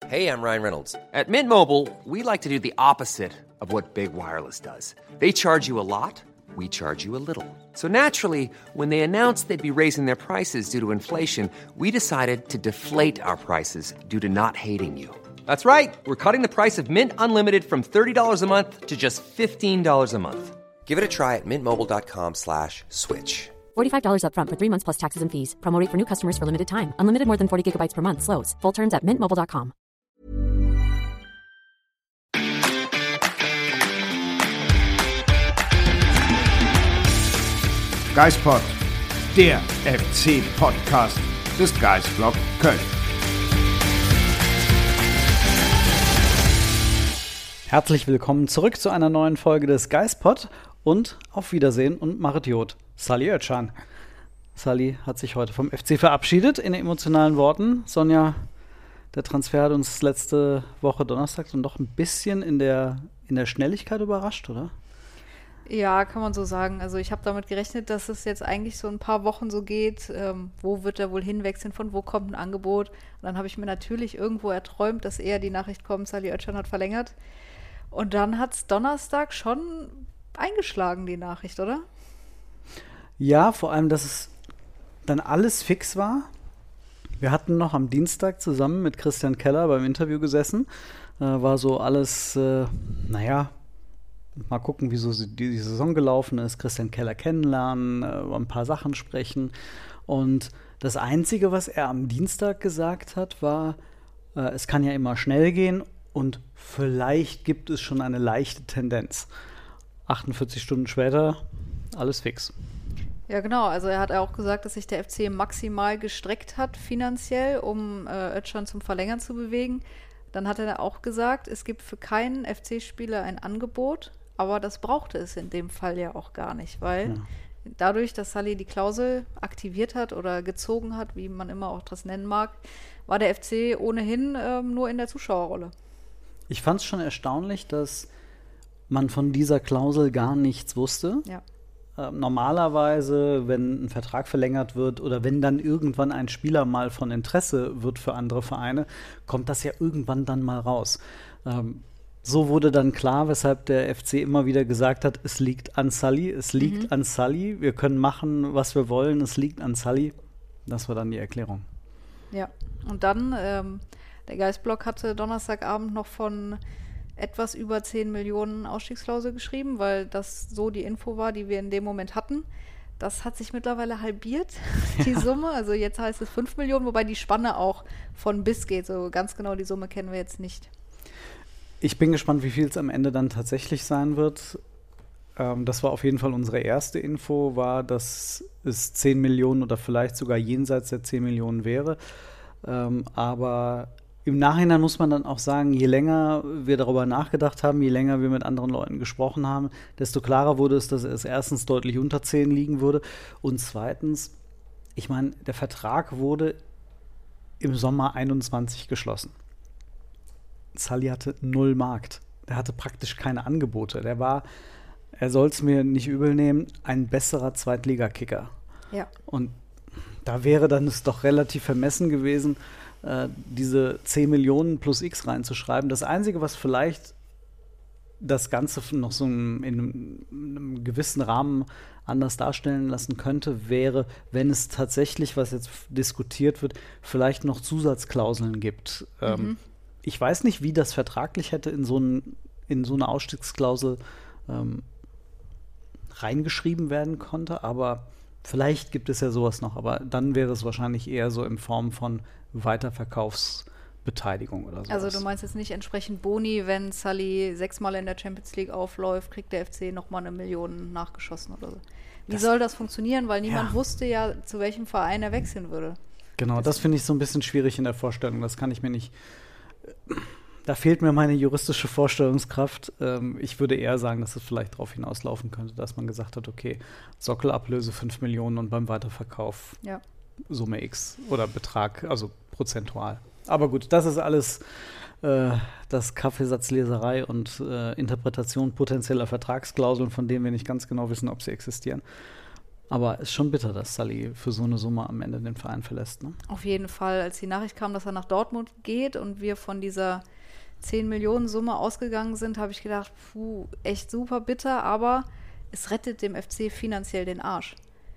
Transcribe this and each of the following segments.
Hey, I'm Ryan Reynolds. At Mint Mobile, we like to do the opposite of what Big Wireless does. They charge you a lot, we charge you a little. So naturally, when they announced they'd be raising their prices due to inflation, we decided to deflate our prices due to not hating you. That's right. We're cutting the price of Mint Unlimited from $30 a month to just $15 a month. Give it a try at mintmobile.com/switch. $45 up front for 3 months plus taxes and fees. Promo rate for new customers for limited time. Unlimited more than 40 gigabytes per month. Slows full terms at mintmobile.com. Geispod, der FC-Podcast des Geistblog Köln. Herzlich willkommen zurück zu einer neuen Folge des Geispod und auf Wiedersehen und machet Jod. Salih Özcan. Salih hat sich heute vom FC verabschiedet in emotionalen Worten. Sonja, der Transfer hat uns letzte Woche Donnerstag dann doch ein bisschen in der Schnelligkeit überrascht, oder? Ja, kann man so sagen. Also ich habe damit gerechnet, dass es jetzt eigentlich so ein paar Wochen so geht. Wo wird er wohl hinwechseln? Von wo kommt ein Angebot? Und dann habe ich mir natürlich irgendwo erträumt, dass eher die Nachricht kommt, Salih Özcan hat verlängert. Und dann hat es Donnerstag schon eingeschlagen, die Nachricht, oder? Ja, vor allem, dass es dann alles fix war. Wir hatten noch am Dienstag zusammen mit Christian Keller beim Interview gesessen. War so alles, mal gucken, wie so die Saison gelaufen ist, Christian Keller kennenlernen, über ein paar Sachen sprechen. Und das Einzige, was er am Dienstag gesagt hat, war, es kann ja immer schnell gehen und vielleicht gibt es schon eine leichte Tendenz. 48 Stunden später, alles fix. Ja, genau. Also er hat auch gesagt, dass sich der FC maximal gestreckt hat finanziell, um Özcan zum Verlängern zu bewegen. Dann hat er auch gesagt, es gibt für keinen FC-Spieler ein Angebot, aber das brauchte es in dem Fall ja auch gar nicht, weil dadurch, dass Salih die Klausel aktiviert hat oder gezogen hat, wie man immer auch das nennen mag, war der FC ohnehin nur in der Zuschauerrolle. Ich fand es schon erstaunlich, dass man von dieser Klausel gar nichts wusste. Ja. Normalerweise, wenn ein Vertrag verlängert wird oder wenn dann irgendwann ein Spieler mal von Interesse wird für andere Vereine, kommt das ja irgendwann dann mal raus. So wurde dann klar, weshalb der FC immer wieder gesagt hat, es liegt an Salih, es liegt an Salih, wir können machen, was wir wollen, es liegt an Salih. Das war dann die Erklärung. Ja, und dann, der Geistblog hatte Donnerstagabend noch von etwas über 10 Millionen Ausstiegsklausel geschrieben, weil das so die Info war, die wir in dem Moment hatten. Das hat sich mittlerweile halbiert, die Summe. Also jetzt heißt es 5 Millionen, wobei die Spanne auch von bis geht. So ganz genau die Summe kennen wir jetzt nicht. Ich bin gespannt, wie viel es am Ende dann tatsächlich sein wird. Das war auf jeden Fall unsere erste Info, war, dass es 10 Millionen oder vielleicht sogar jenseits der 10 Millionen wäre. Aber im Nachhinein muss man dann auch sagen, je länger wir darüber nachgedacht haben, je länger wir mit anderen Leuten gesprochen haben, desto klarer wurde es, dass es erstens deutlich unter 10 liegen würde und zweitens, ich meine, der Vertrag wurde im Sommer 21 geschlossen. Salih hatte 0 Markt. Er hatte praktisch keine Angebote. Er soll es mir nicht übel nehmen, ein besserer Zweitligakicker. Ja. Und da wäre dann es doch relativ vermessen gewesen, diese 10 Millionen plus X reinzuschreiben. Das Einzige, was vielleicht das Ganze noch so in einem gewissen Rahmen anders darstellen lassen könnte, wäre, wenn es tatsächlich, was jetzt diskutiert wird, vielleicht noch Zusatzklauseln gibt. Ich weiß nicht, wie das vertraglich hätte in so eine Ausstiegsklausel reingeschrieben werden konnte, aber vielleicht gibt es ja sowas noch, aber dann wäre es wahrscheinlich eher so in Form von Weiterverkaufsbeteiligung oder so. Also du meinst jetzt nicht entsprechend Boni, wenn Salih 6-mal in der Champions League aufläuft, kriegt der FC nochmal 1 Million nachgeschossen oder so. Wie soll das funktionieren? Weil niemand wusste ja, zu welchem Verein er wechseln würde. Genau, das finde ich so ein bisschen schwierig in der Vorstellung. Das kann ich mir nicht. Da fehlt mir meine juristische Vorstellungskraft. Ich würde eher sagen, dass es vielleicht darauf hinauslaufen könnte, dass man gesagt hat, okay, Sockelablöse 5 Millionen und beim Weiterverkauf Summe X oder Betrag, also prozentual. Aber gut, das ist alles das Kaffeesatzleserei und Interpretation potenzieller Vertragsklauseln, von denen wir nicht ganz genau wissen, ob sie existieren. Aber ist schon bitter, dass Sully für so eine Summe am Ende den Verein verlässt, ne? Auf jeden Fall, als die Nachricht kam, dass er nach Dortmund geht und wir von dieser 10 Millionen Summe ausgegangen sind, habe ich gedacht, echt super bitter, aber es rettet dem FC finanziell den Arsch.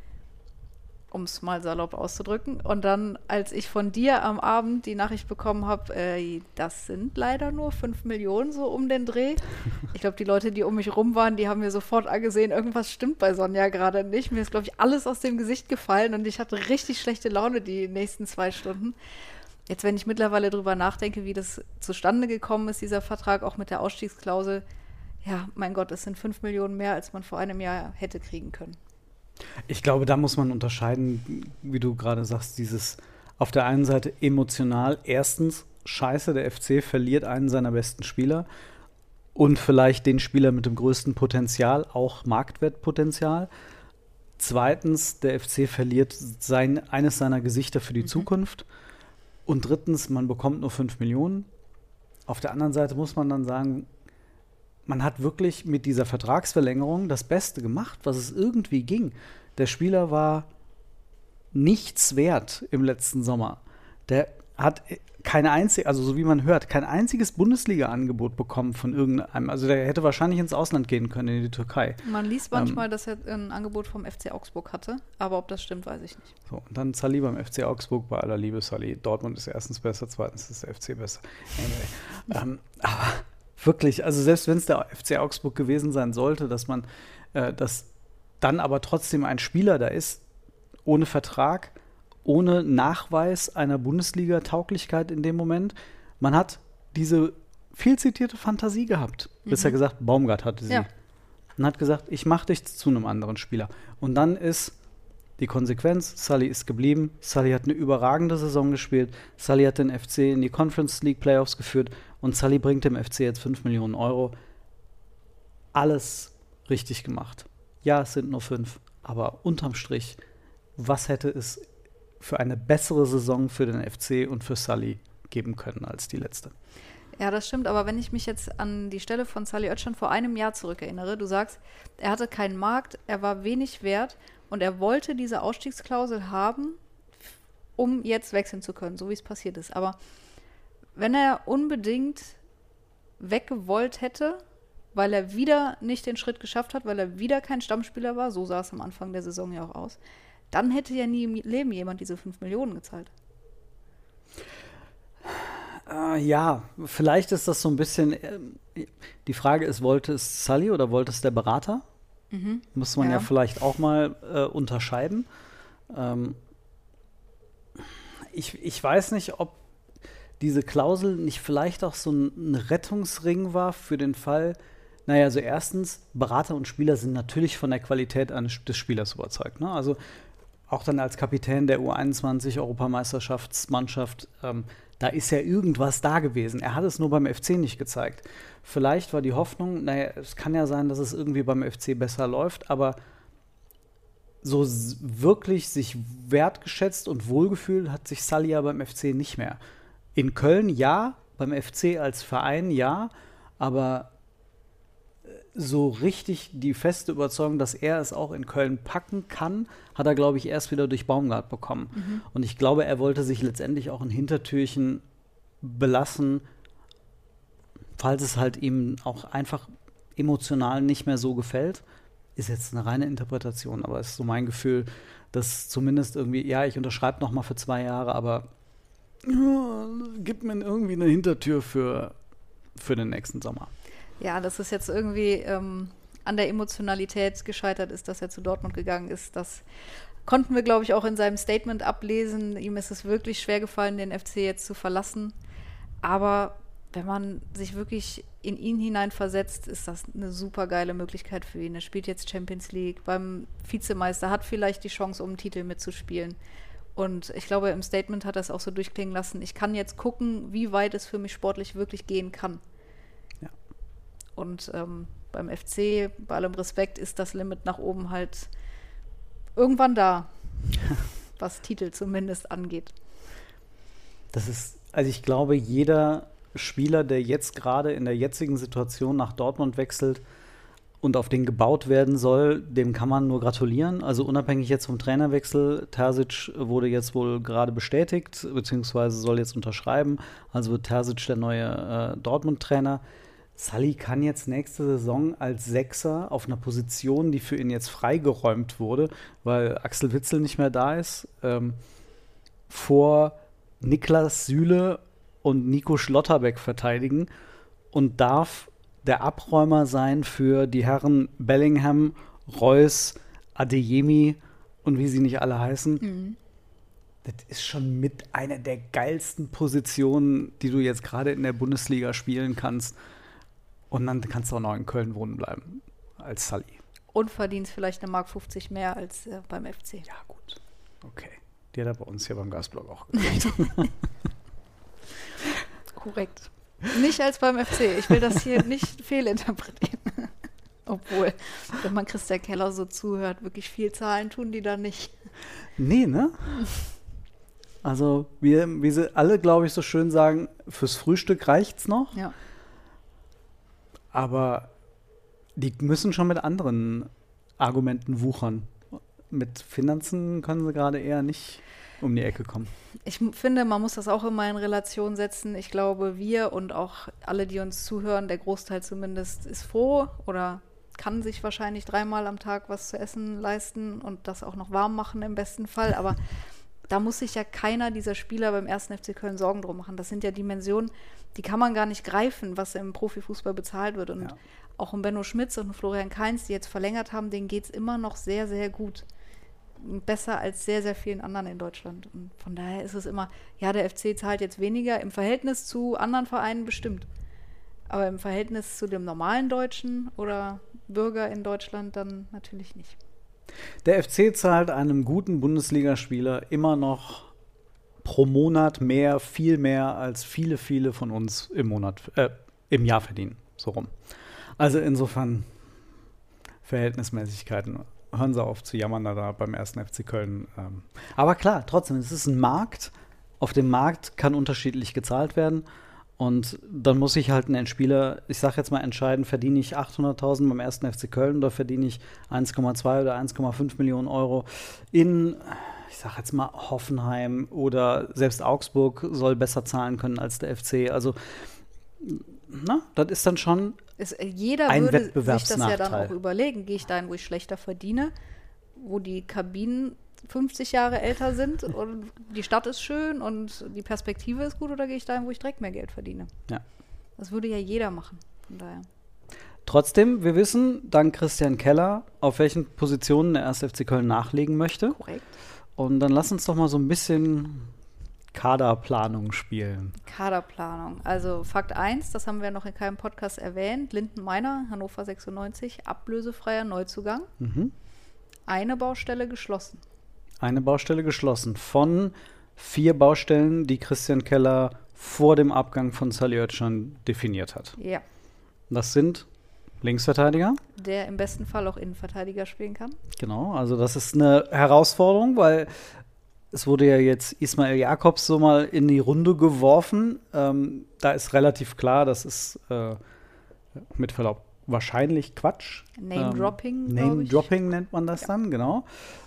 Um es mal salopp auszudrücken. Und dann, als ich von dir am Abend die Nachricht bekommen habe, das sind leider nur 5 Millionen so um den Dreh. Ich glaube, die Leute, die um mich rum waren, die haben mir sofort angesehen, irgendwas stimmt bei Sonja gerade nicht. Mir ist, glaube ich, alles aus dem Gesicht gefallen und ich hatte richtig schlechte Laune die nächsten 2 Stunden. Jetzt, wenn ich mittlerweile drüber nachdenke, wie das zustande gekommen ist, dieser Vertrag, auch mit der Ausstiegsklausel, ja, mein Gott, es sind 5 Millionen mehr, als man vor einem Jahr hätte kriegen können. Ich glaube, da muss man unterscheiden, wie du gerade sagst, dieses auf der einen Seite emotional, erstens, scheiße, der FC verliert einen seiner besten Spieler und vielleicht den Spieler mit dem größten Potenzial, auch Marktwertpotenzial. Zweitens, der FC verliert eines seiner Gesichter für die Zukunft. Und drittens, man bekommt nur 5 Millionen. Auf der anderen Seite muss man dann sagen, man hat wirklich mit dieser Vertragsverlängerung das Beste gemacht, was es irgendwie ging. Der Spieler war nichts wert im letzten Sommer. Der hat also so wie man hört, kein einziges Bundesliga-Angebot bekommen von irgendeinem. Also der hätte wahrscheinlich ins Ausland gehen können, in die Türkei. Man liest manchmal, dass er ein Angebot vom FC Augsburg hatte, aber ob das stimmt, weiß ich nicht. So, und dann Sully beim FC Augsburg, bei aller Liebe Sully. Dortmund ist erstens besser, zweitens ist der FC besser. Anyway. Aber wirklich, also selbst wenn es der FC Augsburg gewesen sein sollte, dass man, dass dann aber trotzdem ein Spieler da ist, ohne Vertrag, ohne Nachweis einer Bundesliga-Tauglichkeit in dem Moment. Man hat diese viel zitierte Fantasie gehabt. Bisher gesagt, Baumgart hatte sie. Ja. Und hat gesagt, ich mache dich zu einem anderen Spieler. Und dann ist die Konsequenz, Sully ist geblieben. Sully hat eine überragende Saison gespielt. Sully hat den FC in die Conference League Playoffs geführt. Und Sully bringt dem FC jetzt 5 Millionen Euro. Alles richtig gemacht. Ja, es sind nur 5. Aber unterm Strich, was hätte es für eine bessere Saison für den FC und für Sully geben können als die letzte? Ja, das stimmt, aber wenn ich mich jetzt an die Stelle von Sully Özcan vor einem Jahr zurückerinnere, du sagst, er hatte keinen Markt, er war wenig wert und er wollte diese Ausstiegsklausel haben, um jetzt wechseln zu können, so wie es passiert ist. Aber wenn er unbedingt weggewollt hätte, weil er wieder nicht den Schritt geschafft hat, weil er wieder kein Stammspieler war, so sah es am Anfang der Saison ja auch aus, dann hätte ja nie im Leben jemand diese 5 Millionen gezahlt. Ja, vielleicht ist das so ein bisschen, die Frage ist, wollte es Sully oder wollte es der Berater? Muss man ja vielleicht auch mal unterscheiden. Ich weiß nicht, ob diese Klausel nicht vielleicht auch so ein Rettungsring war für den Fall. Naja, also erstens, Berater und Spieler sind natürlich von der Qualität des Spielers überzeugt. Ne? Also auch dann als Kapitän der U21-Europameisterschaftsmannschaft, da ist ja irgendwas da gewesen. Er hat es nur beim FC nicht gezeigt. Vielleicht war die Hoffnung, naja, es kann ja sein, dass es irgendwie beim FC besser läuft, aber so wirklich sich wertgeschätzt und wohlgefühlt hat sich Sully ja beim FC nicht mehr. In Köln ja, beim FC als Verein ja, aber so richtig die feste Überzeugung, dass er es auch in Köln packen kann, hat er, glaube ich, erst wieder durch Baumgart bekommen. Und ich glaube, er wollte sich letztendlich auch ein Hintertürchen belassen, falls es halt ihm auch einfach emotional nicht mehr so gefällt. Ist jetzt eine reine Interpretation, aber es ist so mein Gefühl, dass zumindest irgendwie, ja, ich unterschreibe noch mal für 2 Jahre, aber gibt mir irgendwie eine Hintertür für den nächsten Sommer. Ja, dass es jetzt irgendwie an der Emotionalität gescheitert ist, dass er zu Dortmund gegangen ist. Das konnten wir, glaube ich, auch in seinem Statement ablesen. Ihm ist es wirklich schwer gefallen, den FC jetzt zu verlassen. Aber wenn man sich wirklich in ihn hineinversetzt, ist das eine super geile Möglichkeit für ihn. Er spielt jetzt Champions League beim Vizemeister, hat vielleicht die Chance, um einen Titel mitzuspielen. Und ich glaube, im Statement hat er es auch so durchklingen lassen, ich kann jetzt gucken, wie weit es für mich sportlich wirklich gehen kann. Und beim FC, bei allem Respekt, ist das Limit nach oben halt irgendwann da, was Titel zumindest angeht. Das ist, also ich glaube, jeder Spieler, der jetzt gerade in der jetzigen Situation nach Dortmund wechselt, und auf den gebaut werden soll, dem kann man nur gratulieren. Also unabhängig jetzt vom Trainerwechsel, Terzic wurde jetzt wohl gerade bestätigt, beziehungsweise soll jetzt unterschreiben. Also wird Terzic der neue Dortmund-Trainer. Sully kann jetzt nächste Saison als Sechser auf einer Position, die für ihn jetzt freigeräumt wurde, weil Axel Witsel nicht mehr da ist, vor Niklas Süle und Nico Schlotterbeck verteidigen und darf der Abräumer sein für die Herren Bellingham, Reus, Adeyemi und wie sie nicht alle heißen. Mhm. Das ist schon mit einer der geilsten Positionen, die du jetzt gerade in der Bundesliga spielen kannst. Und dann kannst du auch noch in Köln wohnen bleiben als Sully. Und verdienst vielleicht 1,50 Mark mehr als beim FC. Ja, gut. Okay. Die hat er bei uns hier beim Gasblog auch gekriegt. Korrekt. Nicht als beim FC. Ich will das hier nicht fehlinterpretieren. Obwohl, wenn man Christian Keller so zuhört, wirklich viel Zahlen tun die da nicht. Nee, ne? Also, wie sie alle, glaube ich, so schön sagen, fürs Frühstück reicht's noch. Ja. Aber die müssen schon mit anderen Argumenten wuchern. Mit Finanzen können sie gerade eher nicht um die Ecke kommen. Ich finde, man muss das auch immer in Relation setzen. Ich glaube, wir und auch alle, die uns zuhören, der Großteil zumindest, ist froh oder kann sich wahrscheinlich 3-mal am Tag was zu essen leisten und das auch noch warm machen im besten Fall. Aber da muss sich ja keiner dieser Spieler beim 1. FC Köln Sorgen drum machen. Das sind ja Dimensionen, die kann man gar nicht greifen, was im Profifußball bezahlt wird. Und auch ein Benno Schmitz und ein Florian Kainz, die jetzt verlängert haben, denen geht es immer noch sehr, sehr gut. Besser als sehr, sehr vielen anderen in Deutschland. Und von daher ist es immer, ja, der FC zahlt jetzt weniger im Verhältnis zu anderen Vereinen bestimmt. Aber im Verhältnis zu dem normalen Deutschen oder Bürger in Deutschland dann natürlich nicht. Der FC zahlt einem guten Bundesligaspieler immer noch pro Monat mehr, viel mehr als viele, viele von uns im Jahr verdienen. So rum. Also insofern Verhältnismäßigkeiten. Hören Sie auf zu jammern da beim 1. FC Köln. Aber klar, trotzdem, es ist ein Markt. Auf dem Markt kann unterschiedlich gezahlt werden. Und dann muss sich halt ein Spieler, ich sage jetzt mal, entscheiden, verdiene ich 800.000 beim 1. FC Köln oder verdiene ich 1,2 oder 1,5 Millionen Euro in, ich sage jetzt mal, Hoffenheim oder selbst Augsburg soll besser zahlen können als der FC. Also, das ist dann schon jeder ein würde sich das Wettbewerbsnachteil. ja dann auch überlegen. Gehe ich dahin, wo ich schlechter verdiene, wo die Kabinen 50 Jahre älter sind und die Stadt ist schön und die Perspektive ist gut, oder gehe ich dahin, wo ich direkt mehr Geld verdiene? Ja. Das würde ja jeder machen. Von daher. Trotzdem, wir wissen, dank Christian Keller, auf welchen Positionen der 1. FC Köln nachlegen möchte. Korrekt. Und dann lass uns doch mal so ein bisschen Kaderplanung spielen. Kaderplanung. Also Fakt 1, das haben wir noch in keinem Podcast erwähnt. Linden Meiner, Hannover 96, ablösefreier Neuzugang. Mhm. Eine Baustelle geschlossen. Eine Baustelle geschlossen von 4 Baustellen, die Christian Keller vor dem Abgang von Sully Özcan definiert hat. Ja. Das sind Linksverteidiger. Der im besten Fall auch Innenverteidiger spielen kann. Genau, also das ist eine Herausforderung, weil es wurde ja jetzt Ismail Jakobs so mal in die Runde geworfen. Da ist relativ klar, das ist mit Verlaub wahrscheinlich Quatsch. Name-Dropping, Name-Dropping nennt man das dann, genau.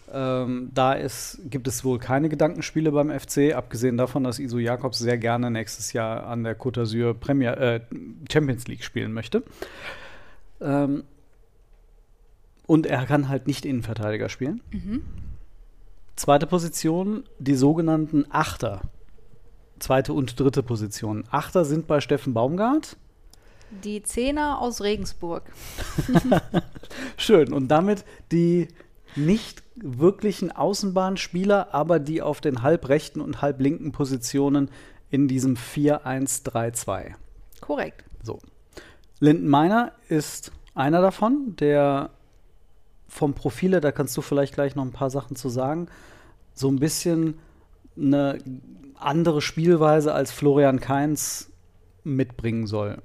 Gibt es wohl keine Gedankenspiele beim FC, abgesehen davon, dass Isu Jakobs sehr gerne nächstes Jahr an der Côte d'Azur Champions League spielen möchte. Und er kann halt nicht Innenverteidiger spielen. Mhm. Zweite Position, die sogenannten Achter. Zweite und dritte Position. Achter sind bei Steffen Baumgart. Die Zehner aus Regensburg. Schön. Und damit die nicht wirklichen Außenbahnspieler, aber die auf den halbrechten und halblinken Positionen in diesem 4-1-3-2. Korrekt. So. Linden Meiner ist einer davon, der vom Profile, da kannst du vielleicht gleich noch ein paar Sachen zu sagen, so ein bisschen eine andere Spielweise als Florian Kainz mitbringen soll.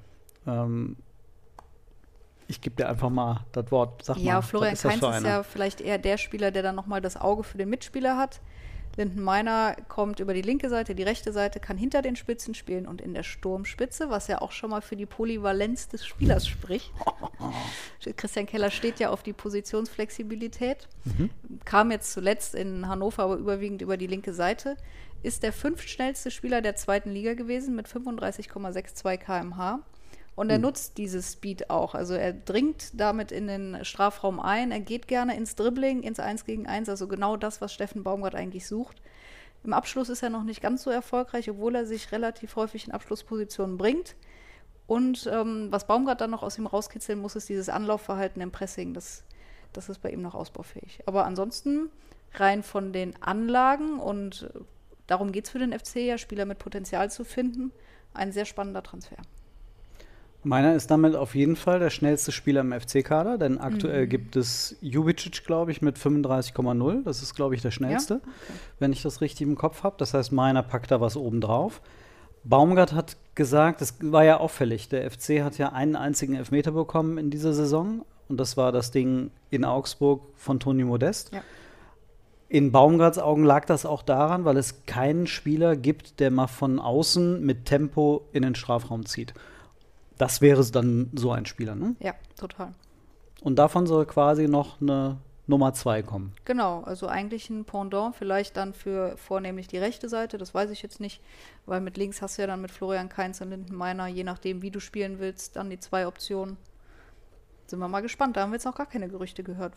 Ich gebe dir einfach mal das Wort. Sag mal, Florian Kainz ist ja vielleicht eher der Spieler, der dann nochmal das Auge für den Mitspieler hat. Lindenmeiner kommt über die linke Seite, die rechte Seite, kann hinter den Spitzen spielen und in der Sturmspitze, was ja auch schon mal für die Polyvalenz des Spielers spricht. Christian Keller steht ja auf die Positionsflexibilität, kam jetzt zuletzt in Hannover aber überwiegend über die linke Seite, ist der 5. schnellste Spieler der 2. Liga gewesen mit 35,62 km/h. Und er nutzt dieses Speed auch. Also er dringt damit in den Strafraum ein. Er geht gerne ins Dribbling, ins 1 gegen 1. Also genau das, was Steffen Baumgart eigentlich sucht. Im Abschluss ist er noch nicht ganz so erfolgreich, obwohl er sich relativ häufig in Abschlusspositionen bringt. Und was Baumgart dann noch aus ihm rauskitzeln muss, ist dieses Anlaufverhalten im Pressing. Das ist bei ihm noch ausbaufähig. Aber ansonsten rein von den Anlagen, und darum geht es für den FC ja, Spieler mit Potenzial zu finden, ein sehr spannender Transfer. Meiner ist damit auf jeden Fall der schnellste Spieler im FC-Kader, denn aktuell gibt es Jubicic, glaube ich, mit 35,0. Das ist, glaube ich, der schnellste, ja? Okay. Wenn ich das richtig im Kopf habe. Das heißt, meiner packt da was oben drauf. Baumgart hat gesagt, das war ja auffällig, der FC hat ja einen einzigen Elfmeter bekommen in dieser Saison. Und das war das Ding in Augsburg von Toni Modest. Ja. In Baumgarts Augen lag das auch daran, weil es keinen Spieler gibt, der mal von außen mit Tempo in den Strafraum zieht. Das wäre dann so ein Spieler, ne? Ja, total. Und davon soll quasi noch eine Nummer 2 kommen. Genau, also eigentlich ein Pendant, vielleicht dann für vornehmlich die rechte Seite, das weiß ich jetzt nicht, weil mit links hast du ja dann mit Florian Kainz und Lindenmeiner, je nachdem, wie du spielen willst, dann die 2 Optionen. Sind wir mal gespannt, da haben wir jetzt noch gar keine Gerüchte gehört,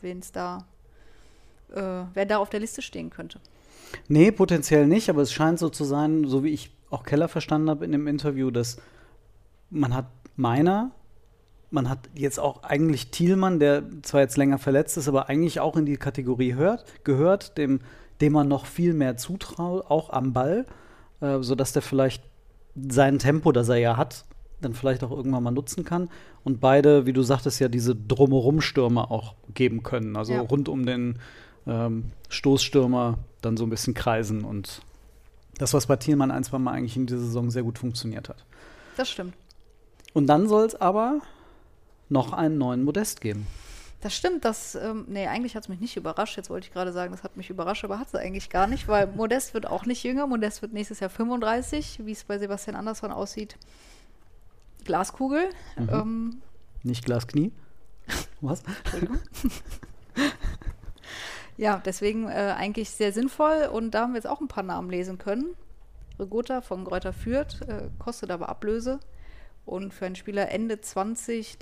wer da auf der Liste stehen könnte. Nee, potenziell nicht, aber es scheint so zu sein, so wie ich auch Keller verstanden habe in dem Interview, dass man hat jetzt auch eigentlich Thielmann, der zwar jetzt länger verletzt ist, aber eigentlich auch in die Kategorie gehört, dem man noch viel mehr zutraut, auch am Ball, sodass der vielleicht sein Tempo, das er ja hat, dann vielleicht auch irgendwann mal nutzen kann. Und beide, wie du sagtest, ja diese Drumherum-Stürmer auch geben können. Also rund um den Stoßstürmer dann so ein bisschen kreisen. Und das, was bei Thielmann ein, zwei Mal eigentlich in dieser Saison sehr gut funktioniert hat. Das stimmt. Und dann soll es aber noch einen neuen Modest geben. Das stimmt, eigentlich hat es mich nicht überrascht. Jetzt wollte ich gerade sagen, das hat mich überrascht, aber hat es eigentlich gar nicht, weil Modest wird auch nicht jünger. Modest wird nächstes Jahr 35, wie es bei Sebastian Andersson aussieht. Glaskugel. Nicht Glasknie. Was? Entschuldigung. Ja, deswegen eigentlich sehr sinnvoll. Und da haben wir jetzt auch ein paar Namen lesen können. Regota von Greuther Fürth, kostet aber Ablöse. Und für einen Spieler Ende 20,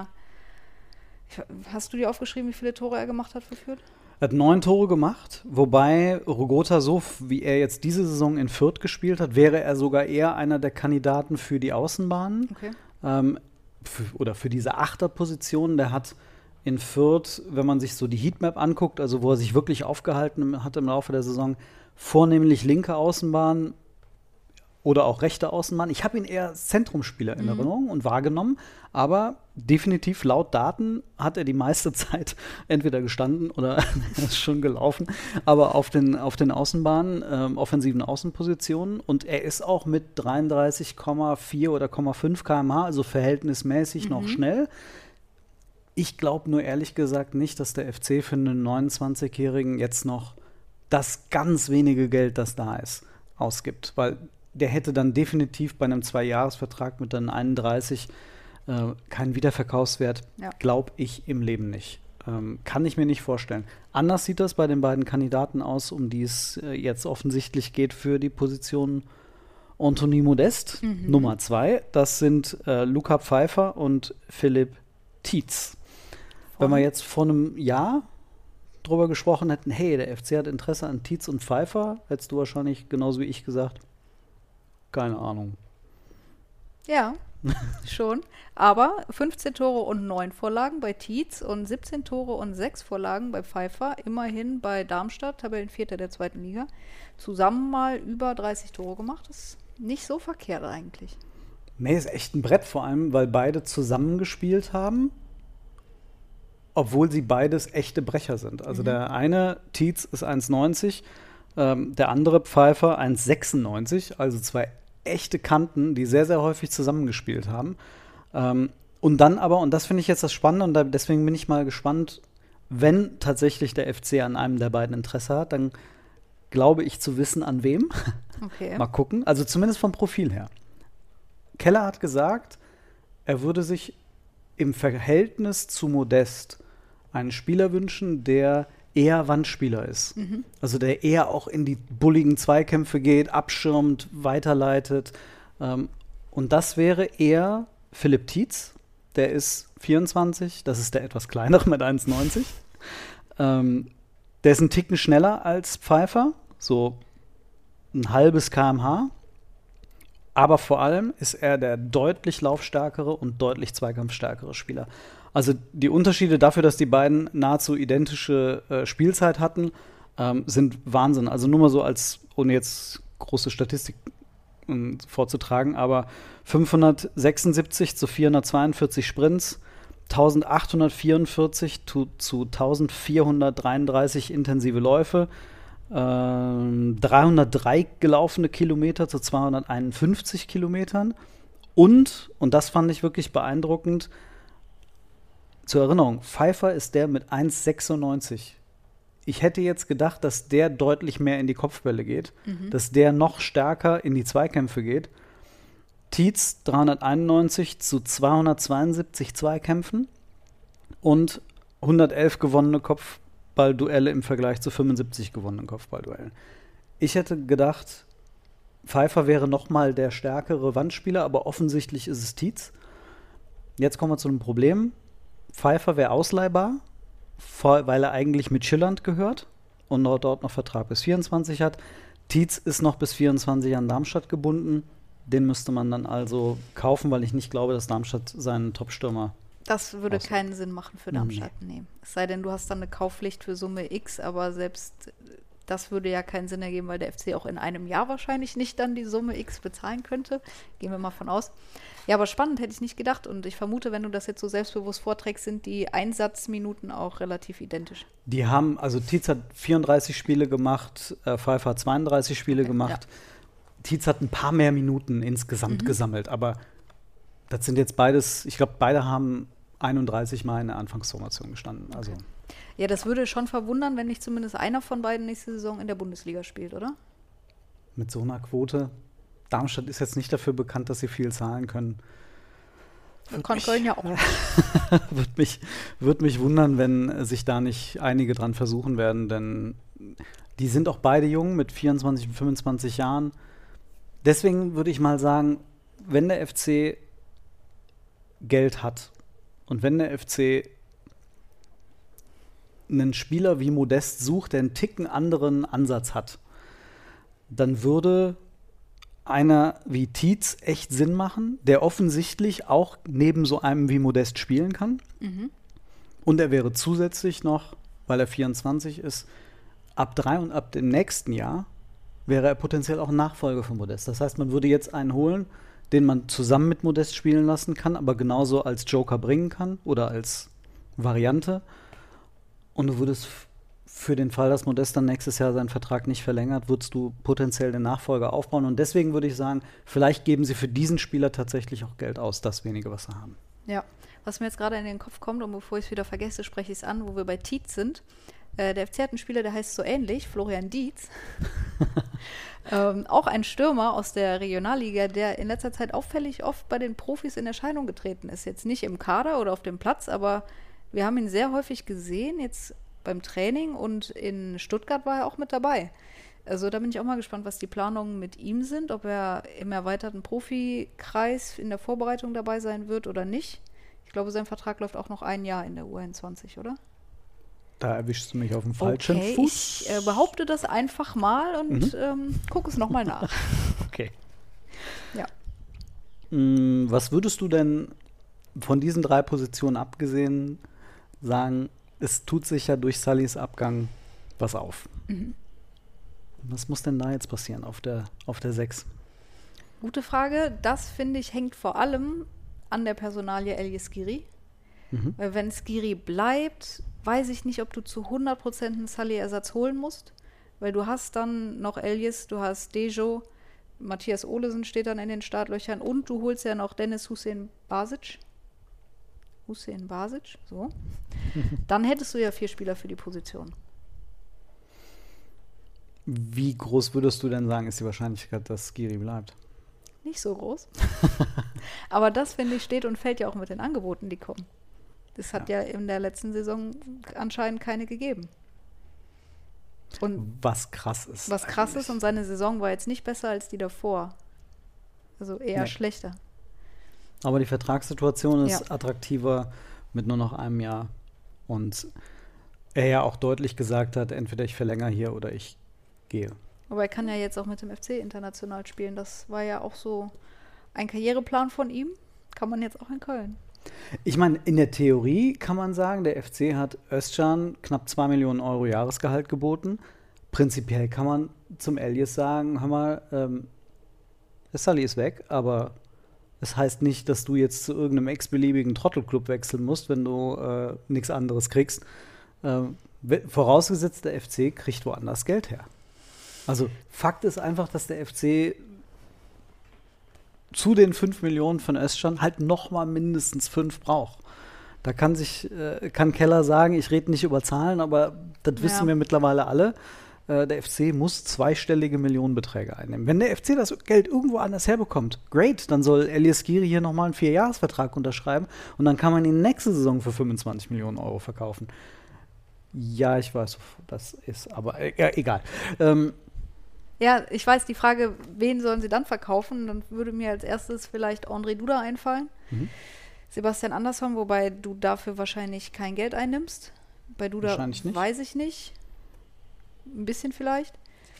hast du dir aufgeschrieben, wie viele Tore er gemacht hat für Fürth? Er hat 9 Tore gemacht, wobei Regota, so wie er jetzt diese Saison in Fürth gespielt hat, wäre er sogar eher einer der Kandidaten für die Außenbahnen. Okay. Für diese Achterposition. Der hat in Fürth, wenn man sich so die Heatmap anguckt, also wo er sich wirklich aufgehalten hat im Laufe der Saison, vornehmlich linke Außenbahn oder auch rechte Außenbahn. Ich habe ihn eher als Zentrumsspieler in Erinnerung und wahrgenommen, aber definitiv laut Daten hat er die meiste Zeit entweder gestanden oder er ist schon gelaufen, aber auf den Außenbahnen, offensiven Außenpositionen, und er ist auch mit 33,4 oder 0,5 km/h, also verhältnismäßig noch schnell. Ich glaube nur ehrlich gesagt nicht, dass der FC für einen 29-Jährigen jetzt noch das ganz wenige Geld, das da ist, ausgibt, weil der hätte dann definitiv bei einem 2-Jahres-Vertrag mit dann 31 keinen Wiederverkaufswert, glaube ich im Leben nicht. Kann ich mir nicht vorstellen. Anders sieht das bei den beiden Kandidaten aus, um die es jetzt offensichtlich geht für die Position Anthony Modest, Nummer 2. Das sind Luca Pfeiffer und Philipp Tietz. Wenn wir jetzt vor einem Jahr drüber gesprochen hätten, hey, der FC hat Interesse an Tietz und Pfeiffer, hättest du wahrscheinlich genauso wie ich gesagt, keine Ahnung. Ja, schon. Aber 15 Tore und 9 Vorlagen bei Tietz und 17 Tore und 6 Vorlagen bei Pfeiffer. Immerhin bei Darmstadt, Tabellenvierter der 2. Liga. Zusammen mal über 30 Tore gemacht. Das ist nicht so verkehrt eigentlich. Nee, ist echt ein Brett, vor allem, weil beide zusammengespielt haben, obwohl sie beides echte Brecher sind. Also der eine, Tietz, ist 1,90, der andere Pfeiffer 1,96, also 2 echte Kanten, die sehr, sehr häufig zusammengespielt haben. Und dann aber, und das finde ich jetzt das Spannende, und deswegen bin ich mal gespannt, wenn tatsächlich der FC an einem der beiden Interesse hat, dann glaube ich zu wissen, an wem. Okay. Mal gucken. Also zumindest vom Profil her. Keller hat gesagt, er würde sich im Verhältnis zu Modest einen Spieler wünschen, der eher Wandspieler ist. Also der eher auch in die bulligen Zweikämpfe geht, abschirmt, weiterleitet. Und das wäre eher Philipp Tietz. Der ist 24, das ist der etwas kleinere mit 1,90. Der ist ein Ticken schneller als Pfeiffer, so ein halbes km/h. Aber vor allem ist er der deutlich laufstärkere und deutlich zweikampfstärkere Spieler. Also die Unterschiede dafür, dass die beiden nahezu identische Spielzeit hatten, sind Wahnsinn. Also nur mal so ohne jetzt große Statistik vorzutragen, aber 576 zu 442 Sprints, 1844 zu 1433 intensive Läufe, 303 gelaufene Kilometer zu 251 Kilometern und das fand ich wirklich beeindruckend, zur Erinnerung, Pfeiffer ist der mit 1,96. Ich hätte jetzt gedacht, dass der deutlich mehr in die Kopfbälle geht, dass der noch stärker in die Zweikämpfe geht. Tietz 391 zu 272 Zweikämpfen und 111 gewonnene Kopfballduelle im Vergleich zu 75 gewonnenen Kopfballduellen. Ich hätte gedacht, Pfeiffer wäre noch mal der stärkere Wandspieler, aber offensichtlich ist es Tietz. Jetzt kommen wir zu einem Problem. Pfeiffer wäre ausleihbar, weil er eigentlich mit Schilland gehört und dort noch Vertrag bis 24 hat. Tietz ist noch bis 24 an Darmstadt gebunden. Den müsste man dann also kaufen, weil ich nicht glaube, dass Darmstadt seinen Top-Stürmer Das würde keinen Sinn machen für Darmstadt, nee. Es sei denn, du hast dann eine Kaufpflicht für Summe X, aber selbst das würde ja keinen Sinn ergeben, weil der FC auch in einem Jahr wahrscheinlich nicht dann die Summe X bezahlen könnte. Gehen wir mal von aus. Ja, aber spannend, hätte ich nicht gedacht. Und ich vermute, wenn du das jetzt so selbstbewusst vorträgst, sind die Einsatzminuten auch relativ identisch. Die haben, also Tietz hat 34 Spiele gemacht, Pfeiffer hat 32 Spiele gemacht. Ja. Tietz hat ein paar mehr Minuten insgesamt gesammelt, aber das sind jetzt beides, ich glaube, beide haben 31 Mal in der Anfangsformation gestanden. Also. Okay. Ja, das würde schon verwundern, wenn nicht zumindest einer von beiden nächste Saison in der Bundesliga spielt, oder? Mit so einer Quote. Darmstadt ist jetzt nicht dafür bekannt, dass sie viel zahlen können. Kann Köln ja auch. Würde mich wundern, wenn sich da nicht einige dran versuchen werden, denn die sind auch beide jung mit 24 und 25 Jahren. Deswegen würde ich mal sagen, wenn der FC Geld hat und wenn der FC einen Spieler wie Modest sucht, der einen Ticken anderen Ansatz hat, dann würde einer wie Tietz echt Sinn machen, der offensichtlich auch neben so einem wie Modest spielen kann. Und er wäre zusätzlich noch, weil er 24 ist, ab dem nächsten Jahr wäre er potenziell auch ein Nachfolger von Modest. Das heißt, man würde jetzt einen holen, den man zusammen mit Modest spielen lassen kann, aber genauso als Joker bringen kann oder als Variante. Und du würdest für den Fall, dass Modest dann nächstes Jahr seinen Vertrag nicht verlängert, würdest du potenziell den Nachfolger aufbauen. Und deswegen würde ich sagen, vielleicht geben sie für diesen Spieler tatsächlich auch Geld aus, das wenige, was sie haben. Ja, was mir jetzt gerade in den Kopf kommt, und bevor ich es wieder vergesse, spreche ich es an, wo wir bei Tietz sind. Der FC hat einen Spieler, der heißt so ähnlich, Florian Dietz. Auch ein Stürmer aus der Regionalliga, der in letzter Zeit auffällig oft bei den Profis in Erscheinung getreten ist. Jetzt nicht im Kader oder auf dem Platz, aber wir haben ihn sehr häufig gesehen, jetzt beim Training, und in Stuttgart war er auch mit dabei. Also da bin ich auch mal gespannt, was die Planungen mit ihm sind, ob er im erweiterten Profikreis in der Vorbereitung dabei sein wird oder nicht. Ich glaube, sein Vertrag läuft auch noch ein Jahr in der U21, oder? Da erwischst du mich auf dem falschen Fuß. Ich behaupte das einfach mal und gucke es nochmal nach. Okay. Ja. Was würdest du denn von diesen 3 Positionen abgesehen sagen, es tut sich ja durch Sullys Abgang was auf? Was muss denn da jetzt passieren auf der 6? Gute Frage. Das, finde ich, hängt vor allem an der Personalie Elias Skiri. Weil wenn Skiri bleibt, weiß ich nicht, ob du zu 100% einen Sully-Ersatz holen musst, weil du hast dann noch Elias, du hast Dejo, Matthias Olesen steht dann in den Startlöchern und du holst ja noch Dennis Hussein Basic, so. Dann hättest du ja 4 Spieler für die Position. Wie groß würdest du denn sagen, ist die Wahrscheinlichkeit, dass Skiri bleibt? Nicht so groß. Aber das, finde ich, steht und fällt ja auch mit den Angeboten, die kommen. Das hat ja in der letzten Saison anscheinend keine gegeben. Und was krass ist. Was krass ist, und seine Saison war jetzt nicht besser als die davor. Also eher schlechter. Aber die Vertragssituation ist attraktiver mit nur noch einem Jahr. Und er ja auch deutlich gesagt hat, entweder ich verlängere hier oder ich gehe. Aber er kann ja jetzt auch mit dem FC international spielen. Das war ja auch so ein Karriereplan von ihm. Kann man jetzt auch in Köln. Ich meine, in der Theorie kann man sagen, der FC hat Özcan knapp 2 Millionen Euro Jahresgehalt geboten. Prinzipiell kann man zum Elias sagen, hör mal, der Sully ist weg, aber es heißt nicht, dass du jetzt zu irgendeinem x-beliebigen Trottelclub wechseln musst, wenn du nichts anderes kriegst. Vorausgesetzt, der FC kriegt woanders Geld her. Also Fakt ist einfach, dass der FC zu den 5 Millionen von Özcan halt noch mal mindestens 5 braucht. Da kann Keller sagen, ich rede nicht über Zahlen, aber das wissen wir mittlerweile alle. Der FC muss zweistellige Millionenbeträge einnehmen. Wenn der FC das Geld irgendwo anders herbekommt, great, dann soll Elias Skiri hier nochmal einen 4-Jahres-Vertrag unterschreiben und dann kann man ihn nächste Saison für 25 Millionen Euro verkaufen. Ja, ich weiß, das ist, aber egal. Ja, ich weiß, die Frage, wen sollen sie dann verkaufen? Dann würde mir als erstes vielleicht André Duda einfallen. Sebastian Andersson, wobei du dafür wahrscheinlich kein Geld einnimmst. Bei Duda weiß ich nicht. Ein bisschen vielleicht.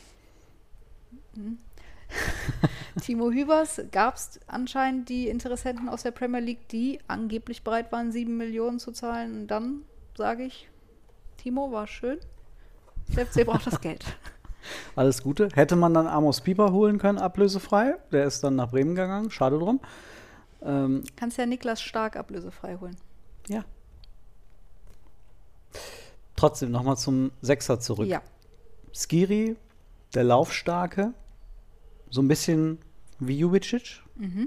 Timo Hübers, gab es anscheinend die Interessenten aus der Premier League, die angeblich bereit waren, 7 Millionen zu zahlen. Und dann sage ich, Timo, war schön. Der FC braucht das Geld. Alles Gute. Hätte man dann Amos Pieper holen können, ablösefrei. Der ist dann nach Bremen gegangen. Schade drum. Kannst ja Niklas Stark ablösefrei holen. Ja. Trotzdem nochmal zum Sechser zurück. Ja. Skiri, der Laufstarke, so ein bisschen wie Jubicic.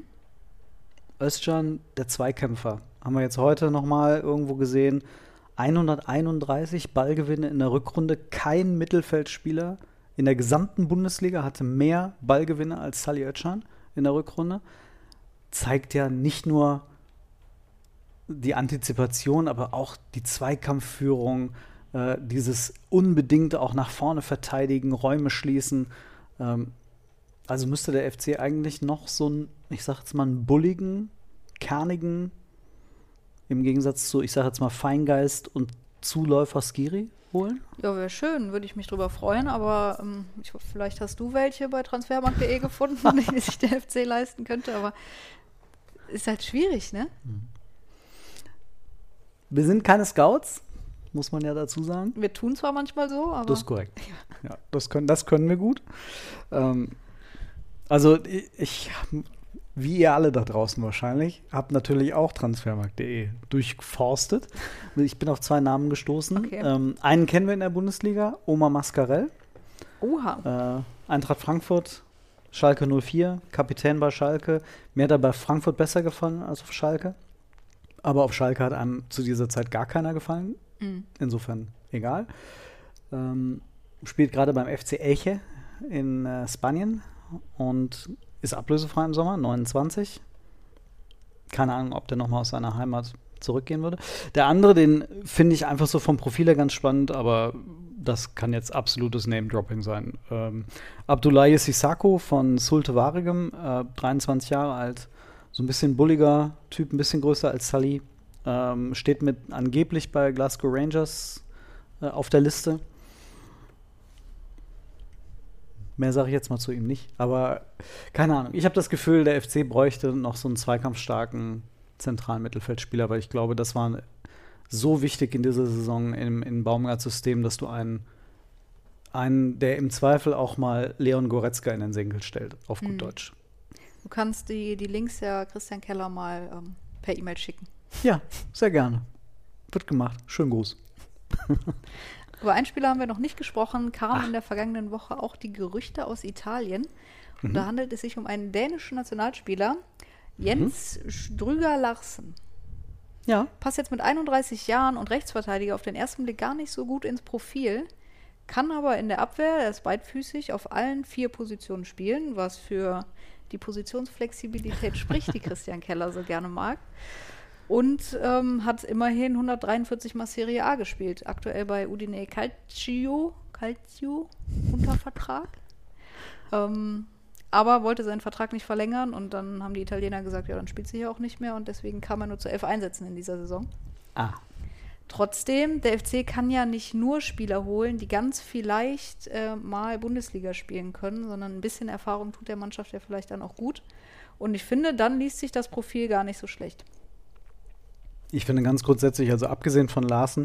Özcan, der Zweikämpfer. Haben wir jetzt heute nochmal irgendwo gesehen. 131 Ballgewinne in der Rückrunde. Kein Mittelfeldspieler in der gesamten Bundesliga hatte mehr Ballgewinne als Sully Özcan in der Rückrunde. Zeigt ja nicht nur die Antizipation, aber auch die Zweikampfführung, dieses unbedingt auch nach vorne verteidigen, Räume schließen. Also müsste der FC eigentlich noch so einen, ich sag jetzt mal, einen bulligen, kernigen, im Gegensatz zu, ich sag jetzt mal, Feingeist und Zuläufer Skiri holen? Ja, wäre schön, würde ich mich drüber freuen, aber vielleicht hast du welche bei transfermarkt.de gefunden, die sich der FC leisten könnte, aber ist halt schwierig, ne? Wir sind keine Scouts, muss man ja dazu sagen. Wir tun zwar manchmal so, aber... Das ist korrekt. Ja, das können wir gut. Also ich, wie ihr alle da draußen wahrscheinlich, habe natürlich auch transfermarkt.de durchforstet. Ich bin auf 2 Namen gestoßen. Okay. Einen kennen wir in der Bundesliga, Omar Mascarell. Oha. Eintracht Frankfurt, Schalke 04, Kapitän bei Schalke. Mir hat er bei Frankfurt besser gefallen als auf Schalke. Aber auf Schalke hat einem zu dieser Zeit gar keiner gefallen. Insofern egal. Spielt gerade beim FC Elche in Spanien und ist ablösefrei im Sommer, 29. Keine Ahnung, ob der nochmal aus seiner Heimat zurückgehen würde. Der andere, den finde ich einfach so vom Profil her ganz spannend, aber das kann jetzt absolutes Name-Dropping sein. Abdoulaye Sissako von Zulte Waregem, 23 Jahre alt, so ein bisschen bulliger Typ, ein bisschen größer als Sully. Steht mit angeblich bei Glasgow Rangers auf der Liste. Mehr sage ich jetzt mal zu ihm nicht. Aber keine Ahnung. Ich habe das Gefühl, der FC bräuchte noch so einen zweikampfstarken zentralen Mittelfeldspieler, weil ich glaube, das war so wichtig in dieser Saison im Baumgart-System, dass du einen, der im Zweifel auch mal Leon Goretzka in den Senkel stellt, auf gut Deutsch. Du kannst die Links ja Christian Keller mal per E-Mail schicken. Ja, sehr gerne. Wird gemacht. Schönen Gruß. Über einen Spieler haben wir noch nicht gesprochen, kamen in der vergangenen Woche auch die Gerüchte aus Italien. Und da handelt es sich um einen dänischen Nationalspieler, Jens Strüger Larsen. Ja. Passt jetzt mit 31 Jahren und Rechtsverteidiger auf den ersten Blick gar nicht so gut ins Profil. kann aber in der Abwehr, er ist beidfüßig, auf allen 4 Positionen spielen, was für die Positionsflexibilität spricht, die Christian Keller so gerne mag. Und hat immerhin 143 Mal Serie A gespielt. Aktuell bei Udine Calcio unter Vertrag. Aber wollte seinen Vertrag nicht verlängern und dann haben die Italiener gesagt, ja, dann spielt sie hier auch nicht mehr und deswegen kam er nur zu 11 Einsätzen in dieser Saison. Trotzdem, der FC kann ja nicht nur Spieler holen, die ganz vielleicht mal Bundesliga spielen können, sondern ein bisschen Erfahrung tut der Mannschaft ja vielleicht dann auch gut. Und ich finde, dann liest sich das Profil gar nicht so schlecht. Ich finde ganz grundsätzlich, also abgesehen von Larsen,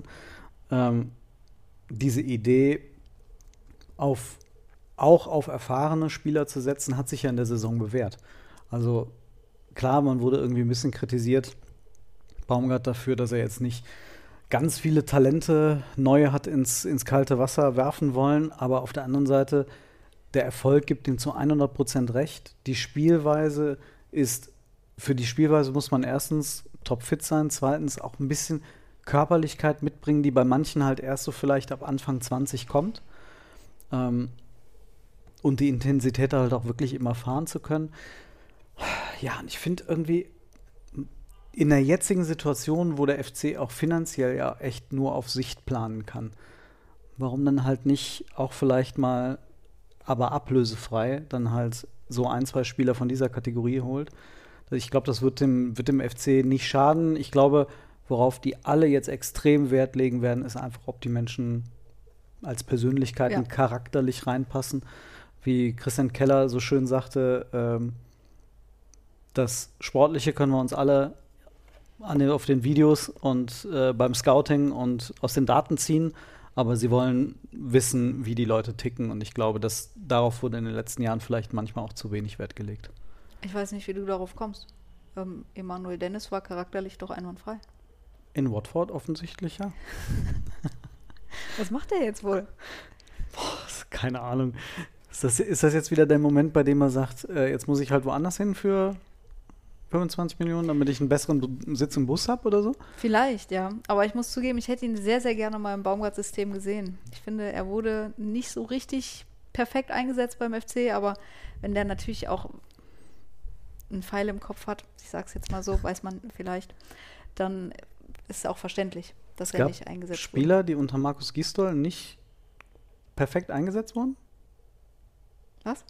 diese Idee, auch auf erfahrene Spieler zu setzen, hat sich ja in der Saison bewährt. Also klar, man wurde irgendwie ein bisschen kritisiert, Baumgart dafür, dass er jetzt nicht ganz viele Talente neue hat ins kalte Wasser werfen wollen, aber auf der anderen Seite, der Erfolg gibt ihm zu 100% recht. Die Spielweise für die Spielweise muss man erstens topfit sein, zweitens auch ein bisschen Körperlichkeit mitbringen, die bei manchen halt erst so vielleicht ab Anfang 20 kommt. Und die Intensität halt auch wirklich immer fahren zu können. Ja, und ich finde irgendwie, in der jetzigen Situation, wo der FC auch finanziell ja echt nur auf Sicht planen kann, warum dann halt nicht auch vielleicht mal, aber ablösefrei, dann halt so 1, 2 Spieler von dieser Kategorie holt. Ich glaube, das wird dem FC nicht schaden. Ich glaube, worauf die alle jetzt extrem Wert legen werden, ist einfach, ob die Menschen als Persönlichkeiten charakterlich reinpassen. Wie Christian Keller so schön sagte, das Sportliche können wir uns alle auf den Videos und beim Scouting und aus den Daten ziehen, aber sie wollen wissen, wie die Leute ticken und ich glaube, dass darauf wurde in den letzten Jahren vielleicht manchmal auch zu wenig Wert gelegt. Ich weiß nicht, wie du darauf kommst. Emanuel Dennis war charakterlich doch einwandfrei. In Watford offensichtlich, ja. Was macht er jetzt wohl? Keine Ahnung. Ist das jetzt wieder der Moment, bei dem er sagt, jetzt muss ich halt woanders hin für 25 Millionen, damit ich einen besseren Sitz im Bus habe oder so? Vielleicht, ja. Aber ich muss zugeben, ich hätte ihn sehr, sehr gerne mal im Baumgart-System gesehen. Ich finde, er wurde nicht so richtig perfekt eingesetzt beim FC, aber wenn der natürlich auch einen Pfeil im Kopf hat, ich sage es jetzt mal so, weiß man vielleicht, dann ist es auch verständlich, dass er nicht eingesetzt wurde. Spieler, die unter Markus Gisdol nicht perfekt eingesetzt wurden? Was?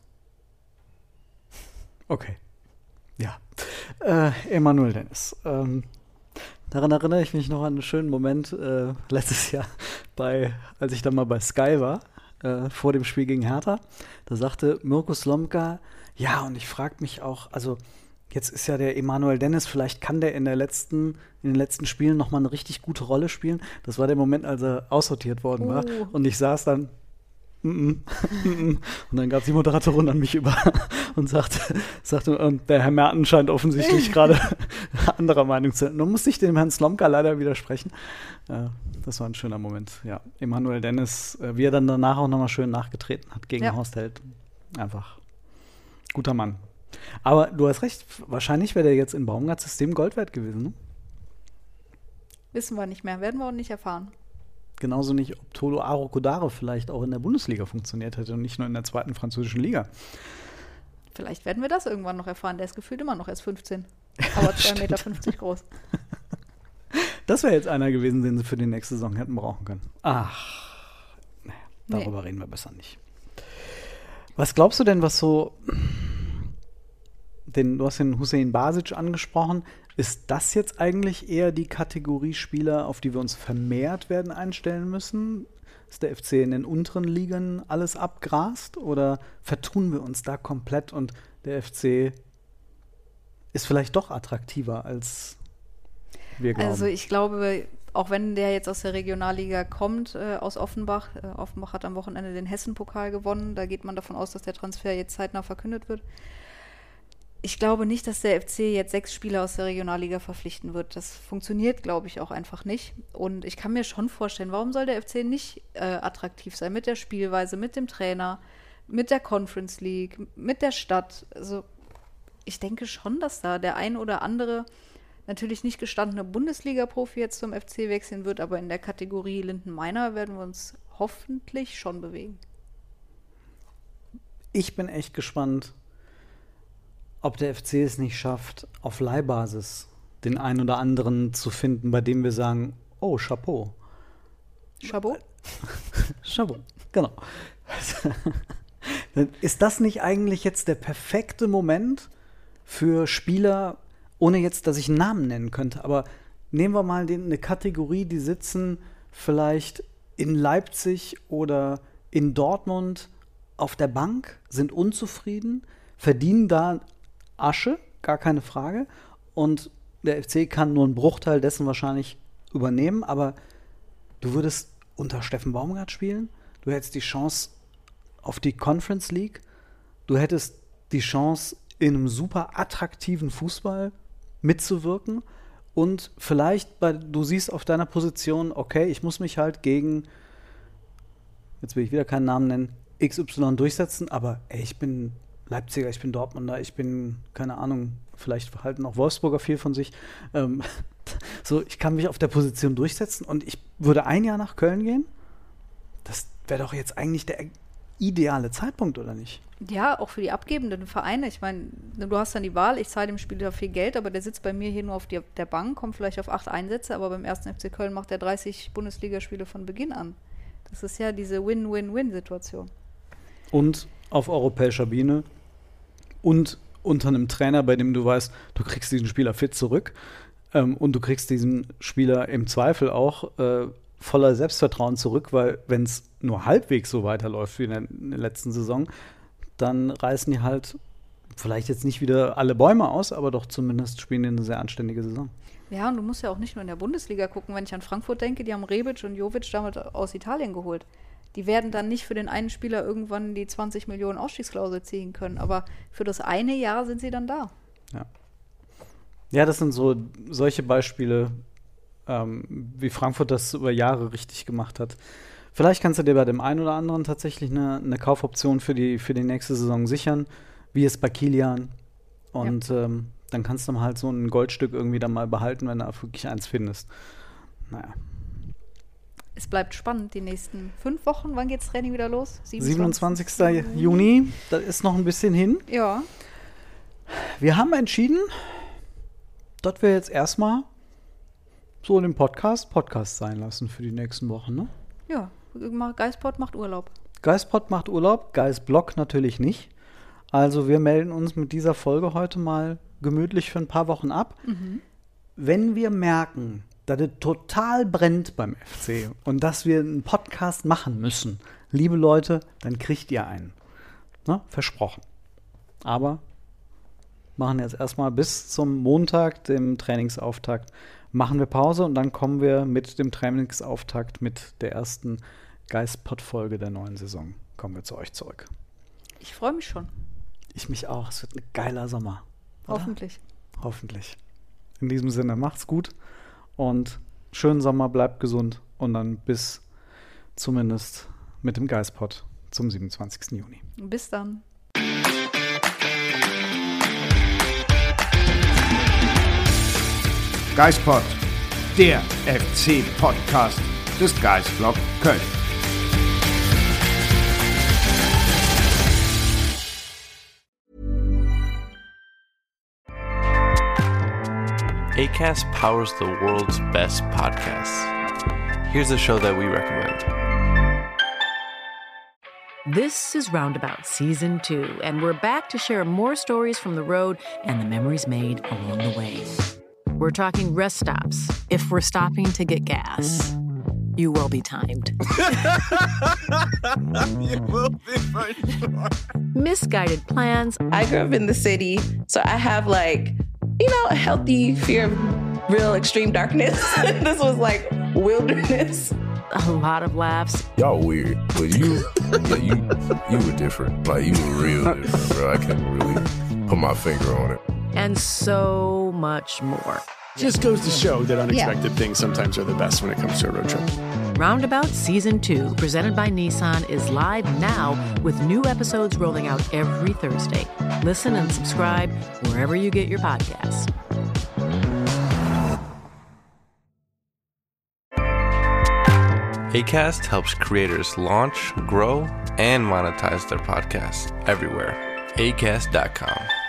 Okay. Ja. Emanuel Dennis. Daran erinnere ich mich noch an einen schönen Moment letztes Jahr, als ich dann mal bei Sky war, vor dem Spiel gegen Hertha. Da sagte Mirko Slomka, ja, und ich frage mich auch, also jetzt ist ja der Emanuel Dennis, vielleicht kann der in den letzten Spielen nochmal eine richtig gute Rolle spielen. Das war der Moment, als er aussortiert worden war. Und ich saß dann und dann gab die Moderatorin an mich über und sagte, und der Herr Merten scheint offensichtlich gerade anderer Meinung zu sein. Nun musste ich dem Herrn Slomka leider widersprechen. Das war ein schöner Moment. Ja, Emanuel Dennis, wie er dann danach auch nochmal schön nachgetreten hat gegen Horst Held. Einfach guter Mann. Aber du hast recht, wahrscheinlich wäre der jetzt in Baumgarts System Gold wert gewesen. Ne? Wissen wir nicht mehr, werden wir auch nicht erfahren. Genauso nicht, ob Tolo Arokodare vielleicht auch in der Bundesliga funktioniert hätte und nicht nur in der 2. französischen Liga. Vielleicht werden wir das irgendwann noch erfahren. Der ist gefühlt immer noch erst 15, aber 2,50 Meter groß. Das wäre jetzt einer gewesen, den sie für die nächste Saison hätten brauchen können. Ach, darüber reden wir besser nicht. Was glaubst du denn, was so du hast den Hüseyin Basic angesprochen. Ist das jetzt eigentlich eher die Kategorie Spieler, auf die wir uns vermehrt werden einstellen müssen? Ist der FC in den unteren Ligen alles abgrast oder vertun wir uns da komplett und der FC ist vielleicht doch attraktiver, als wir glauben? Also ich glaube, auch wenn der jetzt aus der Regionalliga kommt, aus Offenbach, Offenbach hat am Wochenende den Hessen-Pokal gewonnen, da geht man davon aus, dass der Transfer jetzt zeitnah verkündet wird. Ich glaube nicht, dass der FC jetzt 6 Spieler aus der Regionalliga verpflichten wird. Das funktioniert, glaube ich, auch einfach nicht. Und ich kann mir schon vorstellen, warum soll der FC nicht attraktiv sein mit der Spielweise, mit dem Trainer, mit der Conference League, mit der Stadt. Also ich denke schon, dass da der ein oder andere natürlich nicht gestandene Bundesliga-Profi jetzt zum FC wechseln wird, aber in der Kategorie Linden Meiner werden wir uns hoffentlich schon bewegen. Ich bin echt gespannt, ob der FC es nicht schafft, auf Leihbasis den einen oder anderen zu finden, bei dem wir sagen, oh, Chapeau. Chapeau? Chapeau, genau. Ist das nicht eigentlich jetzt der perfekte Moment für Spieler, ohne jetzt, dass ich einen Namen nennen könnte, aber nehmen wir mal eine Kategorie, die sitzen vielleicht in Leipzig oder in Dortmund auf der Bank, sind unzufrieden, verdienen da Asche, gar keine Frage, und der FC kann nur einen Bruchteil dessen wahrscheinlich übernehmen, aber du würdest unter Steffen Baumgart spielen, du hättest die Chance auf die Conference League, du hättest die Chance, in einem super attraktiven Fußball mitzuwirken und vielleicht, du siehst auf deiner Position, okay, ich muss mich halt gegen, jetzt will ich wieder keinen Namen nennen, XY durchsetzen, aber ey, ich bin Leipziger, ich bin Dortmunder, ich bin, keine Ahnung, vielleicht halten auch Wolfsburger viel von sich. So, ich kann mich auf der Position durchsetzen und ich würde ein Jahr nach Köln gehen. Das wäre doch jetzt eigentlich der ideale Zeitpunkt, oder nicht? Ja, auch für die abgebenden Vereine. Ich meine, du hast dann die Wahl, ich zahle dem Spieler viel Geld, aber der sitzt bei mir hier nur auf der Bank, kommt vielleicht auf 8 Einsätze, aber beim 1. FC Köln macht er 30 Bundesligaspiele von Beginn an. Das ist ja diese Win-Win-Win-Situation. Und auf europäischer Bühne und unter einem Trainer, bei dem du weißt, du kriegst diesen Spieler fit zurück und du kriegst diesen Spieler im Zweifel auch voller Selbstvertrauen zurück, weil wenn es nur halbwegs so weiterläuft wie in der letzten Saison, dann reißen die halt vielleicht jetzt nicht wieder alle Bäume aus, aber doch zumindest spielen die eine sehr anständige Saison. Ja, und du musst ja auch nicht nur in der Bundesliga gucken. Wenn ich an Frankfurt denke, die haben Rebic und Jovic damals aus Italien geholt. Die werden dann nicht für den einen Spieler irgendwann die 20 Millionen Ausstiegsklausel ziehen können, aber für das eine Jahr sind sie dann da. Ja, das sind solche Beispiele, wie Frankfurt das über Jahre richtig gemacht hat. Vielleicht kannst du dir bei dem einen oder anderen tatsächlich eine Kaufoption für die nächste Saison sichern, wie es bei Kilian. Und dann kannst du halt so ein Goldstück irgendwie dann mal behalten, wenn du wirklich eins findest. Naja. Es bleibt spannend, die nächsten 5 Wochen. Wann geht das Training wieder los? 27. Juni. Das ist noch ein bisschen hin. Ja. Wir haben entschieden, dass wir jetzt erstmal so den Podcast sein lassen für die nächsten Wochen, ne? Ja, Geistpod macht Urlaub. Geistpod macht Urlaub, Geistblog natürlich nicht. Also wir melden uns mit dieser Folge heute mal gemütlich für ein paar Wochen ab. Mhm. Wenn wir merken, dass es total brennt beim FC und dass wir einen Podcast machen müssen, liebe Leute, dann kriegt ihr einen. Ne? Versprochen. Aber machen jetzt erstmal bis zum Montag, dem Trainingsauftakt, machen wir Pause und dann kommen wir mit dem Trainingsauftakt, mit der ersten Geistpod-Folge der neuen Saison, kommen wir zu euch zurück. Ich freue mich schon. Ich mich auch. Es wird ein geiler Sommer. Oder? Hoffentlich. Hoffentlich. In diesem Sinne, macht's gut und schönen Sommer, bleibt gesund und dann bis zumindest mit dem Geistpod zum 27. Juni. Bis dann. Geistpod, der FC-Podcast des Geistblog Köln. Acast powers the world's best podcasts. Here's a show that we recommend. This is Roundabout Season 2, and we're back to share more stories from the road and the memories made along the way. We're talking rest stops. If we're stopping to get gas, you will be timed. You will be for sure. Misguided plans. I grew up in the city, so I have a healthy fear of real extreme darkness. This was like wilderness. A lot of laughs. Y'all weird, but you were different. Like, you were real different, bro. I can't really put my finger on it. And so much more. Just goes to show that unexpected things sometimes are the best when it comes to a road trip. Roundabout Season 2, presented by Nissan, is live now with new episodes rolling out every Thursday. Listen and subscribe wherever you get your podcasts. Acast helps creators launch, grow, and monetize their podcasts everywhere. Acast.com.